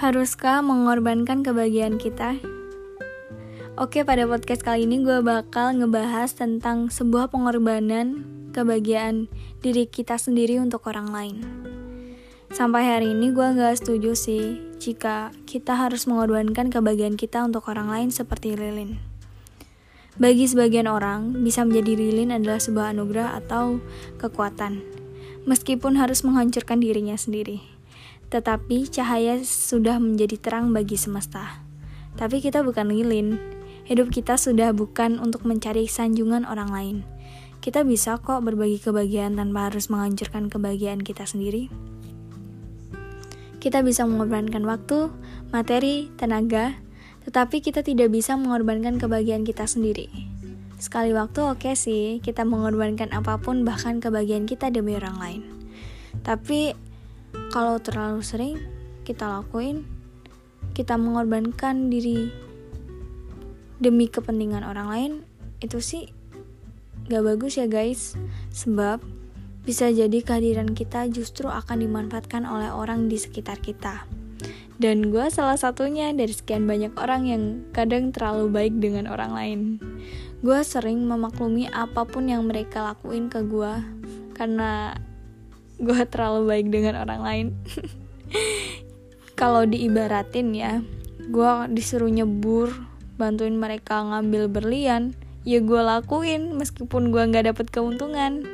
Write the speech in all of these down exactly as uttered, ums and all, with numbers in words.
Haruskah mengorbankan kebahagiaan kita? Oke, pada podcast kali ini gue bakal ngebahas tentang sebuah pengorbanan kebahagiaan diri kita sendiri untuk orang lain. Sampai hari ini gue gak setuju sih jika kita harus mengorbankan kebahagiaan kita untuk orang lain seperti lilin. Bagi sebagian orang, bisa menjadi lilin adalah sebuah anugerah atau kekuatan, meskipun harus menghancurkan dirinya sendiri. Tetapi cahaya sudah menjadi terang bagi semesta. Tapi kita bukan lilin. Hidup kita sudah bukan untuk mencari sanjungan orang lain. Kita bisa kok berbagi kebahagiaan tanpa harus menghancurkan kebahagiaan kita sendiri. Kita bisa mengorbankan waktu, materi, tenaga, tetapi kita tidak bisa mengorbankan kebahagiaan kita sendiri. Sekali waktu oke sih, kita mengorbankan apapun bahkan kebahagiaan kita demi orang lain. Tapi kalau terlalu sering kita lakuin, kita mengorbankan diri demi kepentingan orang lain, itu sih gak bagus ya guys. Sebab bisa jadi kehadiran kita justru akan dimanfaatkan oleh orang di sekitar kita. Dan gue salah satunya dari sekian banyak orang yang kadang terlalu baik dengan orang lain. Gue sering memaklumi apapun yang mereka lakuin ke gue karena gue terlalu baik dengan orang lain. Kalau diibaratin ya, gue disuruh nyebur, bantuin mereka ngambil berlian, ya gue lakuin meskipun gue gak dapet keuntungan.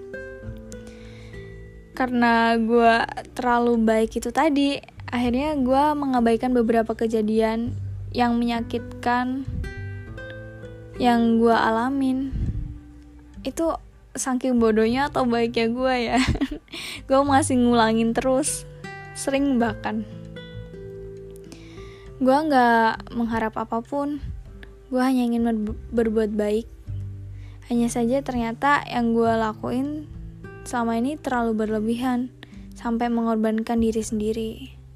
Karena gue terlalu baik itu tadi, akhirnya gue mengabaikan beberapa kejadian yang menyakitkan yang gue alamin. Itu saking bodohnya atau baiknya gue ya. Gue masih ngulangin terus, sering bahkan. Gue gak mengharap apapun, gue hanya ingin ber- berbuat baik. Hanya saja ternyata yang gue lakuin selama ini terlalu berlebihan, sampai mengorbankan diri sendiri.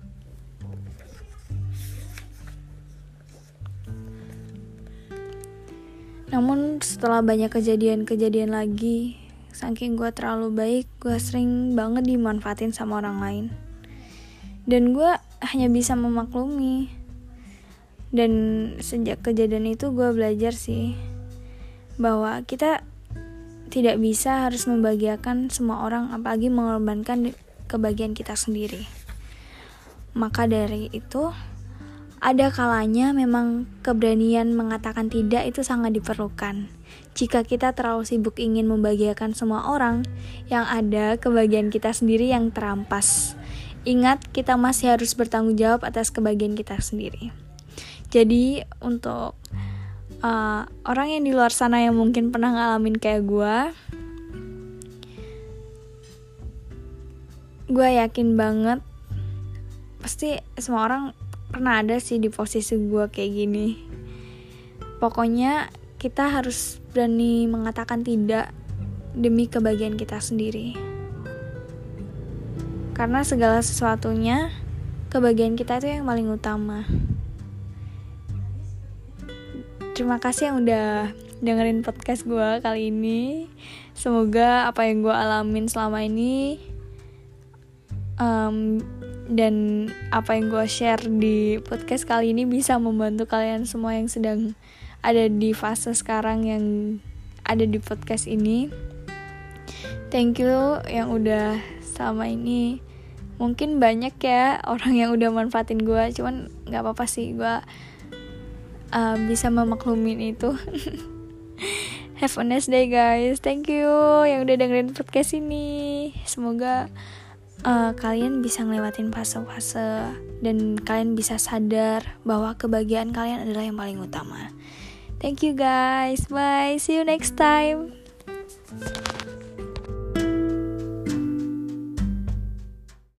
Namun setelah banyak kejadian-kejadian lagi, saking gue terlalu baik, gue sering banget dimanfaatin sama orang lain. Dan gue hanya bisa memaklumi. Dan sejak kejadian itu gue belajar sih bahwa kita tidak bisa harus membahagiakan semua orang, apalagi mengorbankan kebahagiaan kita sendiri. Maka dari itu, ada kalanya memang keberanian mengatakan tidak itu sangat diperlukan. Jika kita terlalu sibuk ingin membahagiakan semua orang, yang ada kebahagiaan kita sendiri yang terampas. Ingat, kita masih harus bertanggung jawab atas kebahagiaan kita sendiri. Jadi untuk uh, orang yang di luar sana yang mungkin pernah ngalamin kayak gue, gue yakin banget pasti semua orang pernah ada sih di posisi gue kayak gini. Pokoknya kita harus berani mengatakan tidak demi kebahagiaan kita sendiri. Karena segala sesuatunya, kebahagiaan kita itu yang paling utama. Terima kasih yang udah dengerin podcast gue kali ini. Semoga apa yang gue alamin selama ini um, dan apa yang gue share di podcast kali ini bisa membantu kalian semua yang sedang ada di fase sekarang yang ada di podcast ini. Thank you yang udah selama ini. Mungkin banyak ya orang yang udah manfaatin gue, cuman gak apa-apa sih, gue uh, bisa memaklumin itu. Have a nice day guys. Thank you yang udah dengerin podcast ini. Semoga Uh, kalian bisa ngelewatin fase-fase dan kalian bisa sadar bahwa kebahagiaan kalian adalah yang paling utama. Thank you guys. Bye. See you next time.